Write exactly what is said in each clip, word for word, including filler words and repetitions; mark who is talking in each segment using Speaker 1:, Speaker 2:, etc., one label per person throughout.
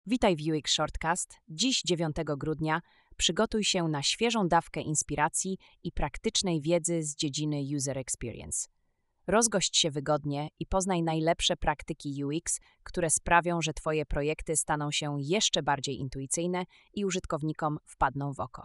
Speaker 1: Witaj w U X Shortcast. Dziś, dziewiątego grudnia, przygotuj się na świeżą dawkę inspiracji i praktycznej wiedzy z dziedziny User Experience. Rozgość się wygodnie i poznaj najlepsze praktyki U X, które sprawią, że Twoje projekty staną się jeszcze bardziej intuicyjne i użytkownikom wpadną w oko.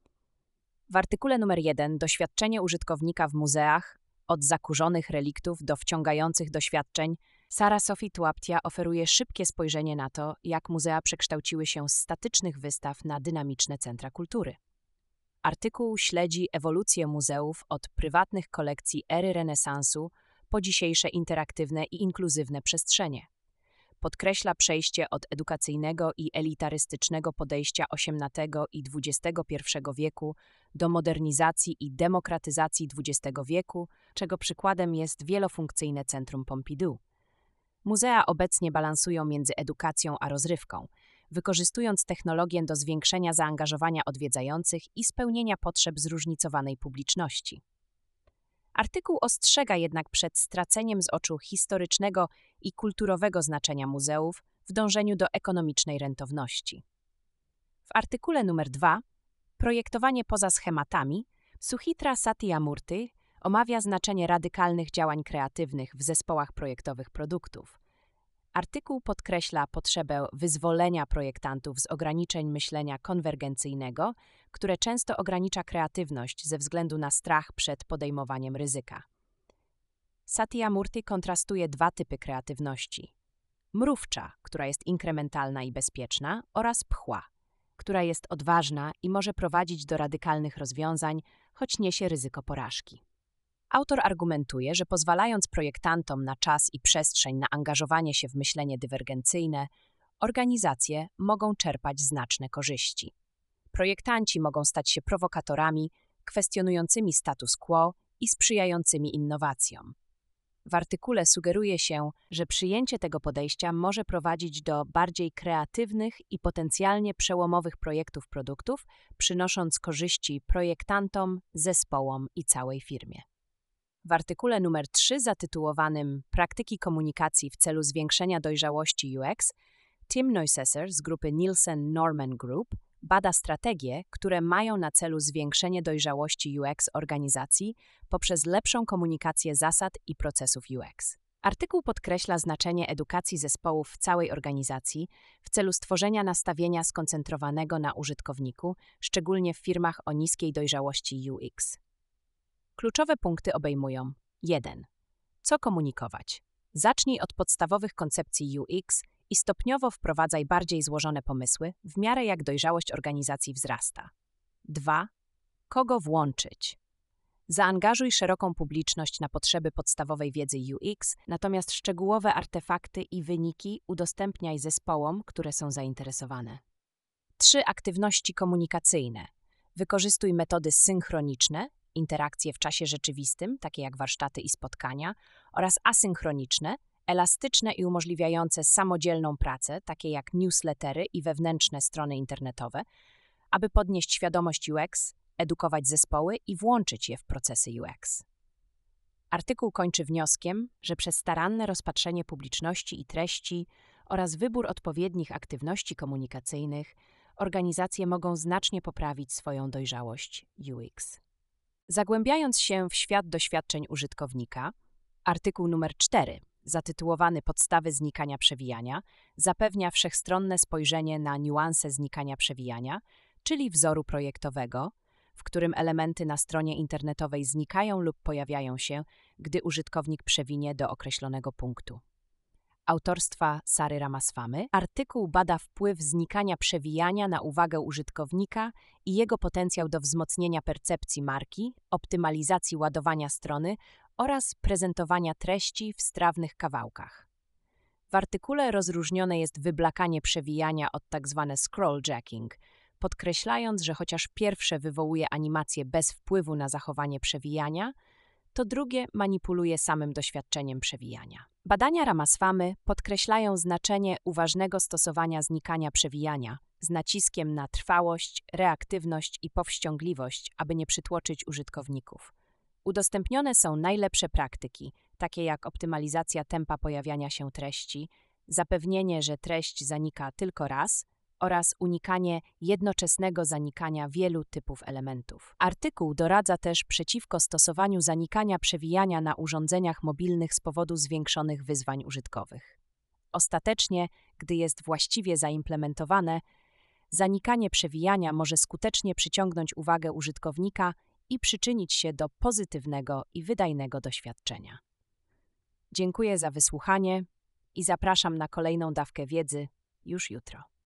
Speaker 1: W artykule numer jeden Doświadczenie użytkownika w muzeach, od zakurzonych reliktów do wciągających doświadczeń, Sara Sophie Tuaptia oferuje szybkie spojrzenie na to, jak muzea przekształciły się z statycznych wystaw na dynamiczne centra kultury. Artykuł śledzi ewolucję muzeów od prywatnych kolekcji ery renesansu po dzisiejsze interaktywne i inkluzywne przestrzenie. Podkreśla przejście od edukacyjnego i elitarystycznego podejścia osiemnastego i dwudziestego pierwszego wieku do modernizacji i demokratyzacji dwudziestego wieku, czego przykładem jest wielofunkcyjne Centrum Pompidou. Muzea obecnie balansują między edukacją a rozrywką, wykorzystując technologię do zwiększenia zaangażowania odwiedzających i spełnienia potrzeb zróżnicowanej publiczności. Artykuł ostrzega jednak przed straceniem z oczu historycznego i kulturowego znaczenia muzeów w dążeniu do ekonomicznej rentowności. W artykule numer dwa Projektowanie poza schematami Suchitra Satyamurty omawia znaczenie radykalnych działań kreatywnych w zespołach projektowych produktów. Artykuł podkreśla potrzebę wyzwolenia projektantów z ograniczeń myślenia konwergencyjnego, które często ogranicza kreatywność ze względu na strach przed podejmowaniem ryzyka. Satyamurty kontrastuje dwa typy kreatywności. Mrówcza, która jest inkrementalna i bezpieczna, oraz pchła, która jest odważna i może prowadzić do radykalnych rozwiązań, choć niesie ryzyko porażki. Autor argumentuje, że pozwalając projektantom na czas i przestrzeń na angażowanie się w myślenie dywergencyjne, organizacje mogą czerpać znaczne korzyści. Projektanci mogą stać się prowokatorami, kwestionującymi status quo i sprzyjającymi innowacjom. W artykule sugeruje się, że przyjęcie tego podejścia może prowadzić do bardziej kreatywnych i potencjalnie przełomowych projektów produktów, przynosząc korzyści projektantom, zespołom i całej firmie. W artykule numer trzy zatytułowanym Praktyki komunikacji w celu zwiększenia dojrzałości U X, Tim Neusesser z grupy Nielsen Norman Group bada strategie, które mają na celu zwiększenie dojrzałości U X organizacji poprzez lepszą komunikację zasad i procesów U X. Artykuł podkreśla znaczenie edukacji zespołów w całej organizacji w celu stworzenia nastawienia skoncentrowanego na użytkowniku, szczególnie w firmach o niskiej dojrzałości U X. Kluczowe punkty obejmują jeden. Co komunikować? Zacznij od podstawowych koncepcji U X i stopniowo wprowadzaj bardziej złożone pomysły, w miarę jak dojrzałość organizacji wzrasta. dwa. Kogo włączyć? Zaangażuj szeroką publiczność na potrzeby podstawowej wiedzy U X, natomiast szczegółowe artefakty i wyniki udostępniaj zespołom, które są zainteresowane. trzy. Aktywności komunikacyjne. Wykorzystuj metody synchroniczne, interakcje w czasie rzeczywistym, takie jak warsztaty i spotkania, oraz asynchroniczne, elastyczne i umożliwiające samodzielną pracę, takie jak newslettery i wewnętrzne strony internetowe, aby podnieść świadomość U X, edukować zespoły i włączyć je w procesy U X. Artykuł kończy wnioskiem, że przez staranne rozpatrzenie publiczności i treści oraz wybór odpowiednich aktywności komunikacyjnych organizacje mogą znacznie poprawić swoją dojrzałość U X. Zagłębiając się w świat doświadczeń użytkownika, artykuł numer cztery, zatytułowany Podstawy znikania przewijania, zapewnia wszechstronne spojrzenie na niuanse znikania przewijania, czyli wzoru projektowego, w którym elementy na stronie internetowej znikają lub pojawiają się, gdy użytkownik przewinie do określonego punktu. Autorstwa Sary Ramaswamy, artykuł bada wpływ znikania przewijania na uwagę użytkownika i jego potencjał do wzmocnienia percepcji marki, optymalizacji ładowania strony oraz prezentowania treści w strawnych kawałkach. W artykule rozróżnione jest wyblakanie przewijania od tzw. scrolljacking, podkreślając, że chociaż pierwsze wywołuje animację bez wpływu na zachowanie przewijania, to drugie manipuluje samym doświadczeniem przewijania. Badania Ramaswamy podkreślają znaczenie uważnego stosowania znikania przewijania z naciskiem na trwałość, reaktywność i powściągliwość, aby nie przytłoczyć użytkowników. Udostępnione są najlepsze praktyki, takie jak optymalizacja tempa pojawiania się treści, zapewnienie, że treść zanika tylko raz oraz unikanie jednoczesnego zanikania wielu typów elementów. Artykuł doradza też przeciwko stosowaniu zanikania przewijania na urządzeniach mobilnych z powodu zwiększonych wyzwań użytkowych. Ostatecznie, gdy jest właściwie zaimplementowane, zanikanie przewijania może skutecznie przyciągnąć uwagę użytkownika i przyczynić się do pozytywnego i wydajnego doświadczenia. Dziękuję za wysłuchanie i zapraszam na kolejną dawkę wiedzy już jutro.